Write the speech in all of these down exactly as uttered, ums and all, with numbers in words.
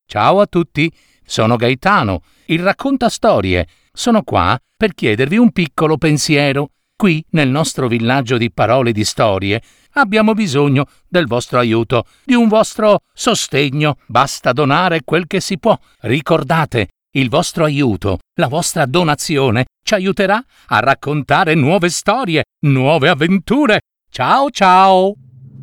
Ciao a tutti, sono Gaetano, il raccontastorie. Sono qua per chiedervi un piccolo pensiero. Qui, nel nostro villaggio di parole di storie, abbiamo bisogno del vostro aiuto, di un vostro sostegno. Basta donare quel che si può. Ricordate, il vostro aiuto, la vostra donazione ci aiuterà a raccontare nuove storie, nuove avventure. Ciao ciao!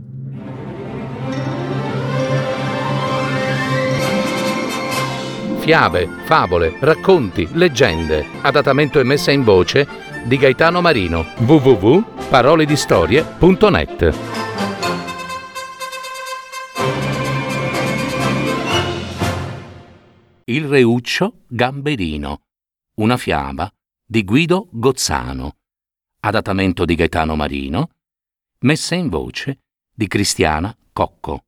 Fiabe, favole, racconti, leggende. Adattamento e messa in voce di Gaetano Marino. w w w punto paroledistorie punto net. Il reuccio gamberino. Una fiaba di Guido Gozzano. Adattamento di Gaetano Marino. Messa in voce di Cristiana Cocco.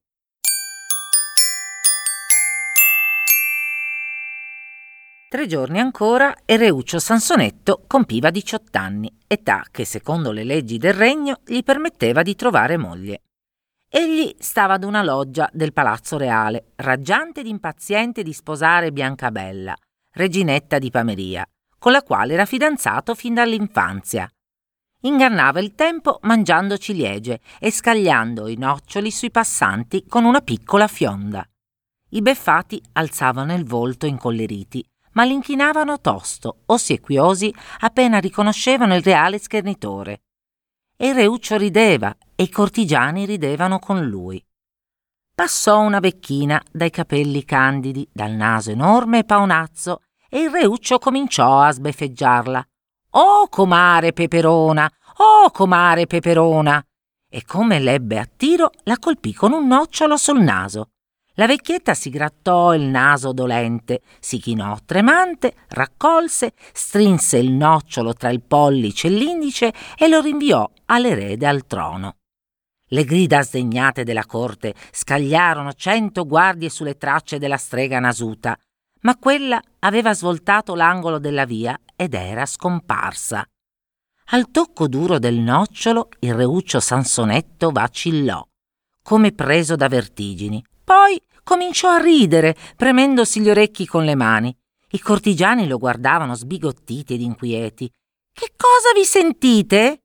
Tre giorni ancora e Reuccio Sansonetto compiva diciotto anni, età che secondo le leggi del regno gli permetteva di trovare moglie. Egli stava ad una loggia del palazzo reale, raggiante ed impaziente di sposare Biancabella, reginetta di Pameria, con la quale era fidanzato fin dall'infanzia. Ingannava il tempo mangiando ciliegie e scagliando i noccioli sui passanti con una piccola fionda. I beffati alzavano il volto incolleriti, ma l'inchinavano tosto, ossequiosi, appena riconoscevano il reale schernitore. E il Reuccio rideva, e i cortigiani ridevano con lui. Passò una vecchina dai capelli candidi, dal naso enorme e paonazzo, e il Reuccio cominciò a sbeffeggiarla. «Oh, comare Peperona! Oh, comare Peperona!» E come l'ebbe a tiro, la colpì con un nocciolo sul naso. La vecchietta si grattò il naso dolente, si chinò tremante, raccolse, strinse il nocciolo tra il pollice e l'indice e lo rinviò all'erede al trono. Le grida sdegnate della corte scagliarono cento guardie sulle tracce della strega nasuta, ma quella aveva svoltato l'angolo della via ed era scomparsa. Al tocco duro del nocciolo il Reuccio Sansonetto vacillò, come preso da vertigini. Poi cominciò a ridere, premendosi gli orecchi con le mani. I cortigiani lo guardavano sbigottiti ed inquieti. «Che cosa vi sentite?»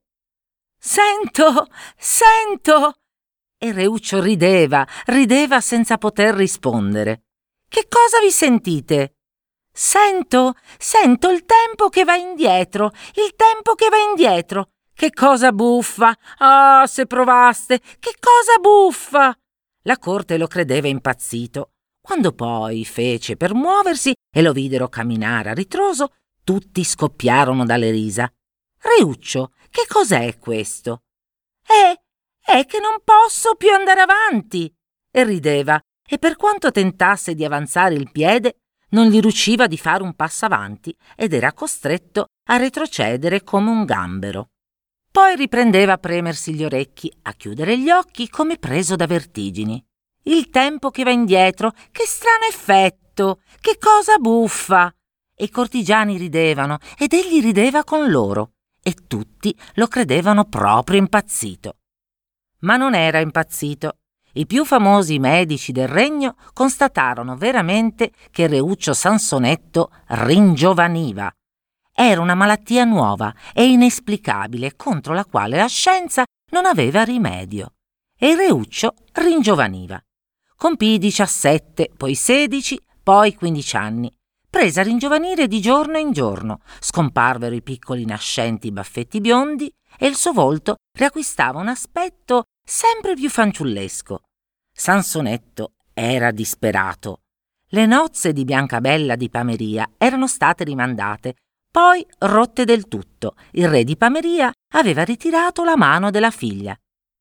«Sento, sento!» E Reuccio rideva, rideva senza poter rispondere. «Che cosa vi sentite?» «Sento, sento il tempo che va indietro, il tempo che va indietro. Che cosa buffa! Ah, se provaste! Che cosa buffa!» La corte lo credeva impazzito. Quando poi fece per muoversi e lo videro camminare a ritroso, tutti scoppiarono dalle risa. «Reuccio, che cos'è questo?» «È, è che non posso più andare avanti!» E rideva, e per quanto tentasse di avanzare il piede, non gli riusciva di fare un passo avanti ed era costretto a retrocedere come un gambero. Poi riprendeva a premersi gli orecchi, a chiudere gli occhi come preso da vertigini. «Il tempo che va indietro, che strano effetto! Che cosa buffa!» E i cortigiani ridevano ed egli rideva con loro e tutti lo credevano proprio impazzito. Ma non era impazzito. I più famosi medici del regno constatarono veramente che Reuccio Sansonetto ringiovaniva. Era una malattia nuova e inesplicabile contro la quale la scienza non aveva rimedio. E il Reuccio ringiovaniva. Compì diciassette, poi sedici, poi quindici anni. Prese a ringiovanire di giorno in giorno. Scomparvero i piccoli nascenti baffetti biondi e il suo volto riacquistava un aspetto sempre più fanciullesco. Sansonetto era disperato. Le nozze di Biancabella di Pameria erano state rimandate, poi rotte del tutto. Il re di Pameria aveva ritirato la mano della figlia.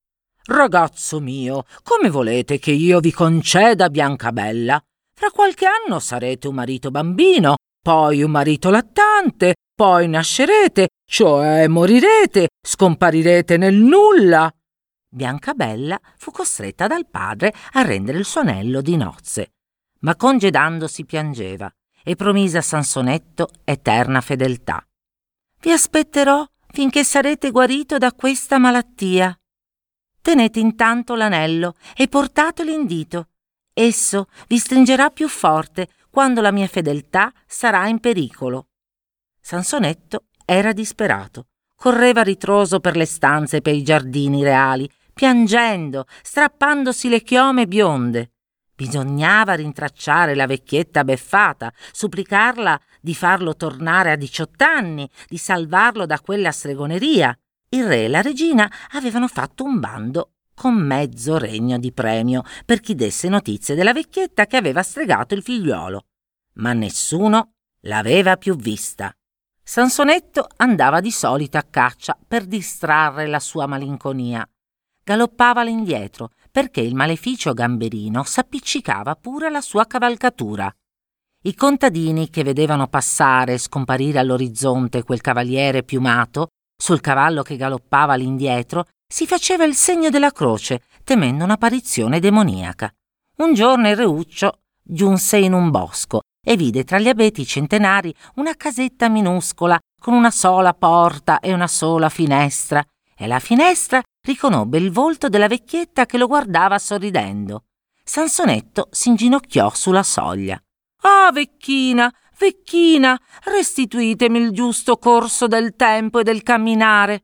«Ragazzo mio, come volete che io vi conceda Biancabella? Fra qualche anno sarete un marito bambino, poi un marito lattante, poi nascerete, cioè morirete, scomparirete nel nulla». Biancabella fu costretta dal padre a rendere il suo anello di nozze, ma congedandosi piangeva e promise a Sansonetto eterna fedeltà. «Vi aspetterò finché sarete guarito da questa malattia. Tenete intanto l'anello e portatelo in dito, Esso vi stringerà più forte quando la mia fedeltà sarà in pericolo. Sansonetto era disperato. Correva a ritroso per le stanze e per i giardini reali, piangendo, strappandosi le chiome bionde. Bisognava rintracciare la vecchietta beffata, supplicarla di farlo tornare a diciotto anni, di salvarlo da quella stregoneria. Il re e la regina avevano fatto un bando con mezzo regno di premio per chi desse notizie della vecchietta che aveva stregato il figliuolo. Ma nessuno l'aveva più vista. Sansonetto andava di solito a caccia per distrarre la sua malinconia. Galoppava all'indietro perché il maleficio gamberino s'appiccicava pure alla sua cavalcatura. I contadini che vedevano passare e scomparire all'orizzonte quel cavaliere piumato sul cavallo che galoppava all'indietro si faceva il segno della croce, temendo un'apparizione demoniaca. Un giorno il reuccio giunse in un bosco e vide tra gli abeti centenari una casetta minuscola con una sola porta e una sola finestra, e alla finestra riconobbe il volto della vecchietta che lo guardava sorridendo. Sansonetto s'inginocchiò sulla soglia. «Ah, vecchina, vecchina, restituitemi il giusto corso del tempo e del camminare».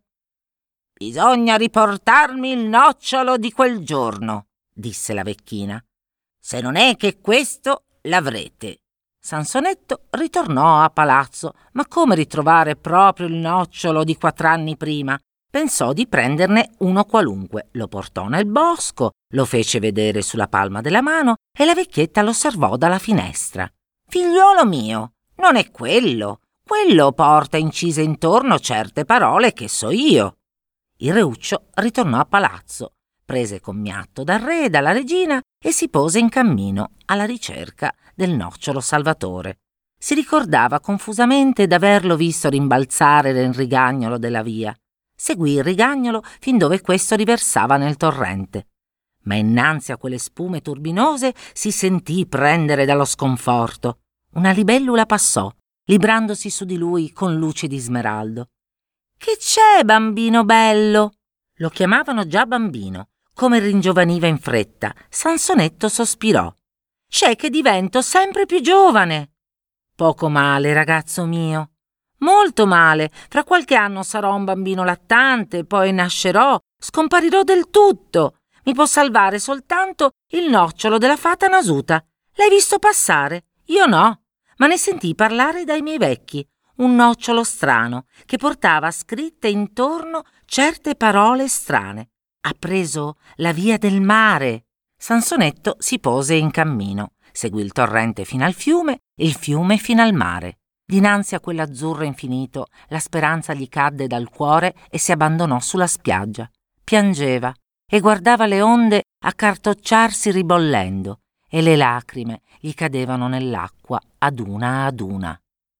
«Bisogna riportarmi il nocciolo di quel giorno», disse la vecchina. «Se non è che questo l'avrete». Sansonetto ritornò a palazzo, ma come ritrovare proprio il nocciolo di quattr'anni prima? Pensò di prenderne uno qualunque, lo portò nel bosco, lo fece vedere sulla palma della mano e la vecchietta lo osservò dalla finestra. «Figliuolo mio, non è quello. Quello porta incise intorno certe parole che so io». Il reuccio ritornò a palazzo, prese commiato dal re e dalla regina e si pose in cammino alla ricerca del nocciolo salvatore. Si ricordava confusamente d'averlo visto rimbalzare nel rigagnolo della via. Seguì il rigagnolo fin dove questo riversava nel torrente. Ma innanzi a quelle spume turbinose si sentì prendere dallo sconforto. Una libellula passò, librandosi su di lui con luci di smeraldo. «Che c'è, bambino bello?» Lo chiamavano già bambino. Come ringiovaniva in fretta, Sansonetto sospirò. «C'è che divento sempre più giovane». «Poco male, ragazzo mio». «Molto male. Fra qualche anno sarò un bambino lattante, poi nascerò, scomparirò del tutto. Mi può salvare soltanto il nocciolo della fata nasuta. L'hai visto passare? Io no, ma ne sentii parlare dai miei vecchi. Un nocciolo strano che portava scritte intorno certe parole strane. Ha preso la via del mare». Sansonetto si pose in cammino, seguì il torrente fino al fiume e il fiume fino al mare. Dinanzi a quell'azzurro infinito la speranza gli cadde dal cuore e si abbandonò sulla spiaggia. Piangeva e guardava le onde accartocciarsi ribollendo e le lacrime gli cadevano nell'acqua ad una ad una.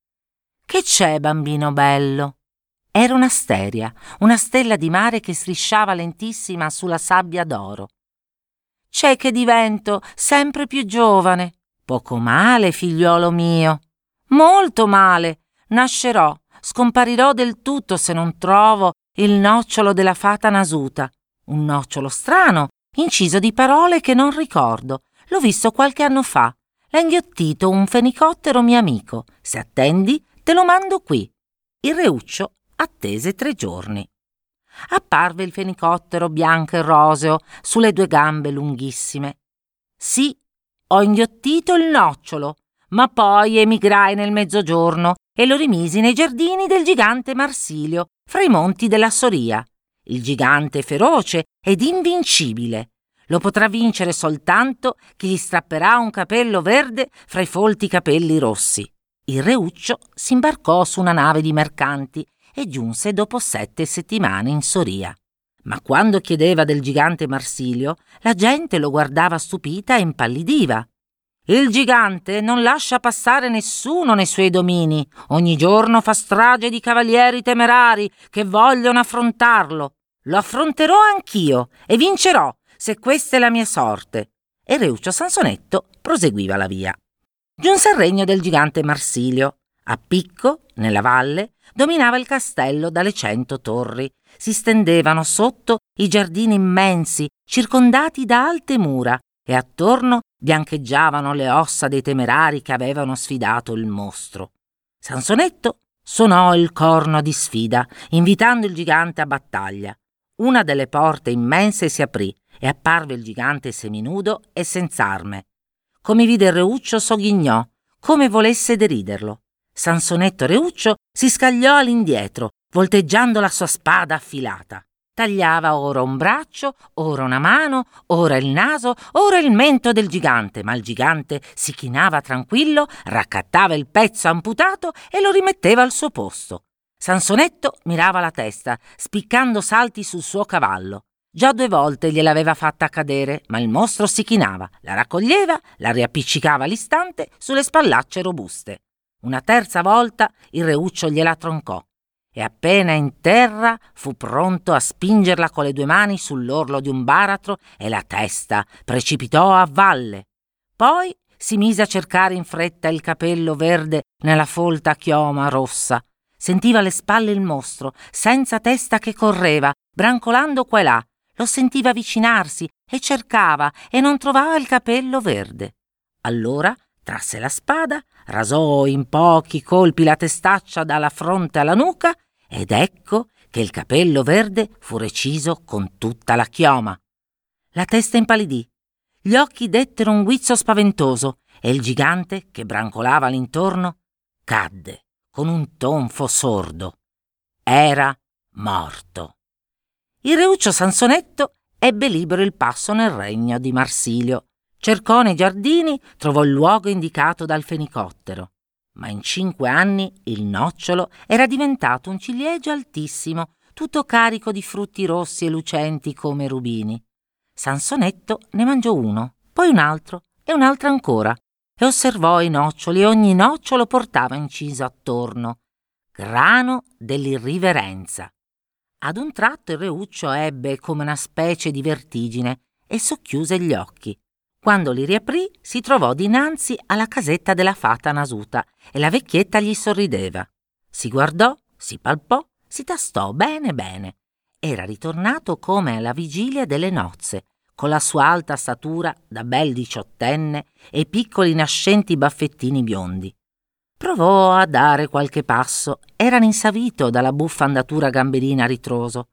«Che c'è, bambino bello?» Era una steria, una stella di mare che strisciava lentissima sulla sabbia d'oro. «C'è che divento sempre più giovane». «Poco male, figliuolo mio». «Molto male. Nascerò, scomparirò del tutto se non trovo il nocciolo della fata nasuta. Un nocciolo strano, inciso di parole che non ricordo. L'ho visto qualche anno fa. L'ha inghiottito un fenicottero mio amico. Se attendi, te lo mando qui». Il reuccio attese tre giorni. Apparve il fenicottero bianco e roseo sulle due gambe lunghissime. «Sì, ho inghiottito il nocciolo, ma poi emigrai nel mezzogiorno e lo rimisi nei giardini del gigante Marsilio, fra i monti della Soria. Il gigante è feroce ed invincibile. Lo potrà vincere soltanto chi gli strapperà un capello verde fra i folti capelli rossi». Il reuccio si imbarcò su una nave di mercanti e giunse dopo sette settimane in Soria. Ma quando chiedeva del gigante Marsilio, la gente lo guardava stupita e impallidiva. «Il gigante non lascia passare nessuno nei suoi domini. Ogni giorno fa strage di cavalieri temerari che vogliono affrontarlo. Lo affronterò anch'io e vincerò, se questa è la mia sorte». E Reuccio Sansonetto proseguiva la via. Giunse al regno del gigante Marsilio. A picco, nella valle, dominava il castello dalle cento torri. Si stendevano sotto i giardini immensi, circondati da alte mura, e attorno biancheggiavano le ossa dei temerari che avevano sfidato il mostro. Sansonetto suonò il corno di sfida, invitando il gigante a battaglia. Una delle porte immense si aprì e apparve il gigante seminudo e senz'arme. Come vide il Reuccio sogghignò, come volesse deriderlo. Sansonetto Reuccio si scagliò all'indietro, volteggiando la sua spada affilata. Tagliava ora un braccio, ora una mano, ora il naso, ora il mento del gigante, ma il gigante si chinava tranquillo, raccattava il pezzo amputato e lo rimetteva al suo posto. Sansonetto mirava la testa, spiccando salti sul suo cavallo. Già due volte gliel'aveva fatta cadere, ma il mostro si chinava, la raccoglieva, la riappiccicava all'istante sulle spallacce robuste. Una terza volta il Reuccio gliela troncò e appena in terra fu pronto a spingerla con le due mani sull'orlo di un baratro e la testa precipitò a valle. Poi si mise a cercare in fretta il capello verde nella folta chioma rossa. Sentiva alle spalle il mostro, senza testa che correva, brancolando qua e là. Lo sentiva avvicinarsi e cercava e non trovava il capello verde. Allora trasse la spada, rasò in pochi colpi la testaccia dalla fronte alla nuca ed ecco che il capello verde fu reciso con tutta la chioma. La testa impallidì, gli occhi dettero un guizzo spaventoso e il gigante, che brancolava all'intorno, cadde con un tonfo sordo. Era morto. Il Reuccio Sansonetto ebbe libero il passo nel regno di Marsilio. Cercò nei giardini, trovò il luogo indicato dal fenicottero. Ma in cinque anni il nocciolo era diventato un ciliegio altissimo, tutto carico di frutti rossi e lucenti come rubini. Sansonetto ne mangiò uno, poi un altro e un altro ancora, e osservò i noccioli e ogni nocciolo portava inciso attorno grano dell'irriverenza. Ad un tratto il Reuccio ebbe come una specie di vertigine e socchiuse gli occhi. Quando li riaprì si trovò dinanzi alla casetta della fata nasuta e la vecchietta gli sorrideva. Si guardò, si palpò, si tastò bene bene. Era ritornato come alla vigilia delle nozze, con la sua alta statura da bel diciottenne e i piccoli nascenti baffettini biondi. Provò a dare qualche passo, era rinsavito dalla buffa andatura gamberina a ritroso.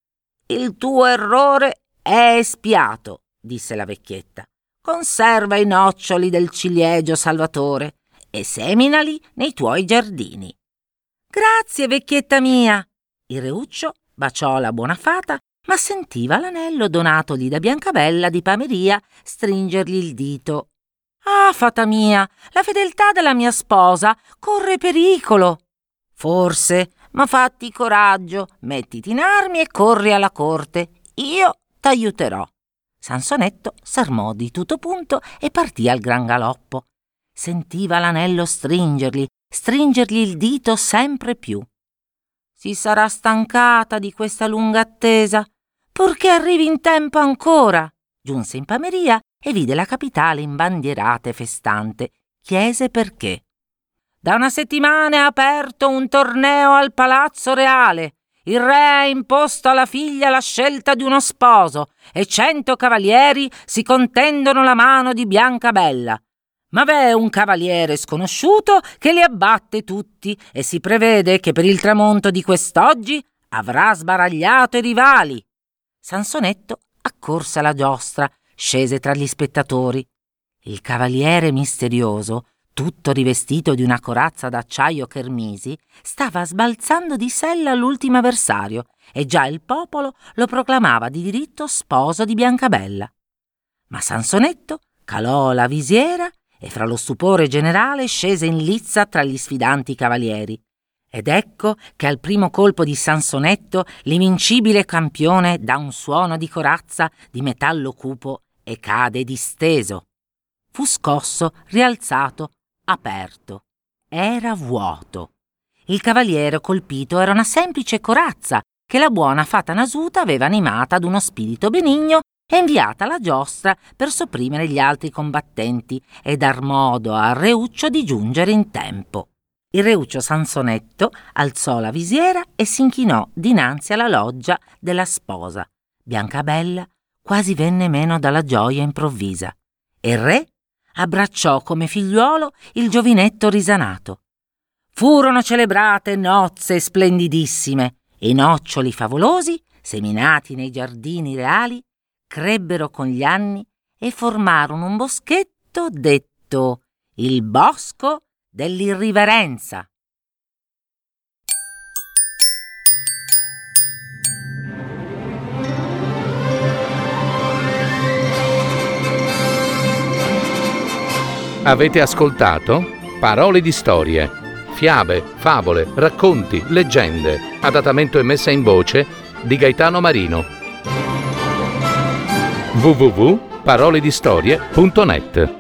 «Il tuo errore è espiato», disse la vecchietta. «Conserva i noccioli del ciliegio Salvatore e seminali nei tuoi giardini». «Grazie, vecchietta mia!» Il Reuccio baciò la buona fata, ma sentiva l'anello donatogli da Biancabella di Pameria stringergli il dito. «Ah, fata mia, la fedeltà della mia sposa corre pericolo!» «Forse, ma fatti coraggio, mettiti in armi e corri alla corte. Io t'aiuterò». Sansonetto s'armò di tutto punto e partì al gran galoppo. Sentiva l'anello stringergli, stringergli il dito sempre più. «Si sarà stancata di questa lunga attesa, purché arrivi in tempo ancora», giunse in Pameria e vide la capitale imbandierata e festante. Chiese perché. «Da una settimana è aperto un torneo al Palazzo Reale. Il re ha imposto alla figlia la scelta di uno sposo e cento cavalieri si contendono la mano di Biancabella. Ma v'è un cavaliere sconosciuto che li abbatte tutti e si prevede che per il tramonto di quest'oggi avrà sbaragliato i rivali». Sansonetto accorse alla giostra, scese tra gli spettatori. Il cavaliere misterioso, tutto rivestito di una corazza d'acciaio chermisi, stava sbalzando di sella l'ultimo avversario e già il popolo lo proclamava di diritto sposo di Biancabella. Ma Sansonetto calò la visiera e fra lo stupore generale scese in lizza tra gli sfidanti cavalieri. Ed ecco che al primo colpo di Sansonetto l'invincibile campione dà un suono di corazza di metallo cupo e cade disteso. Fu scosso, rialzato, aperto. Era vuoto. Il cavaliere colpito era una semplice corazza che la buona fata nasuta aveva animata ad uno spirito benigno e inviata alla giostra per sopprimere gli altri combattenti e dar modo al Reuccio di giungere in tempo. Il Reuccio Sansonetto alzò la visiera e si inchinò dinanzi alla loggia della sposa. Biancabella, quasi venne meno dalla gioia improvvisa e il re abbracciò come figliuolo il giovinetto risanato. Furono celebrate nozze splendidissime e i noccioli favolosi, seminati nei giardini reali, crebbero con gli anni e formarono un boschetto detto il bosco dell'irriverenza. Avete ascoltato Parole di storie, fiabe, favole, racconti, leggende, adattamento e messa in voce di Gaetano Marino. w w w punto paroledistorie punto net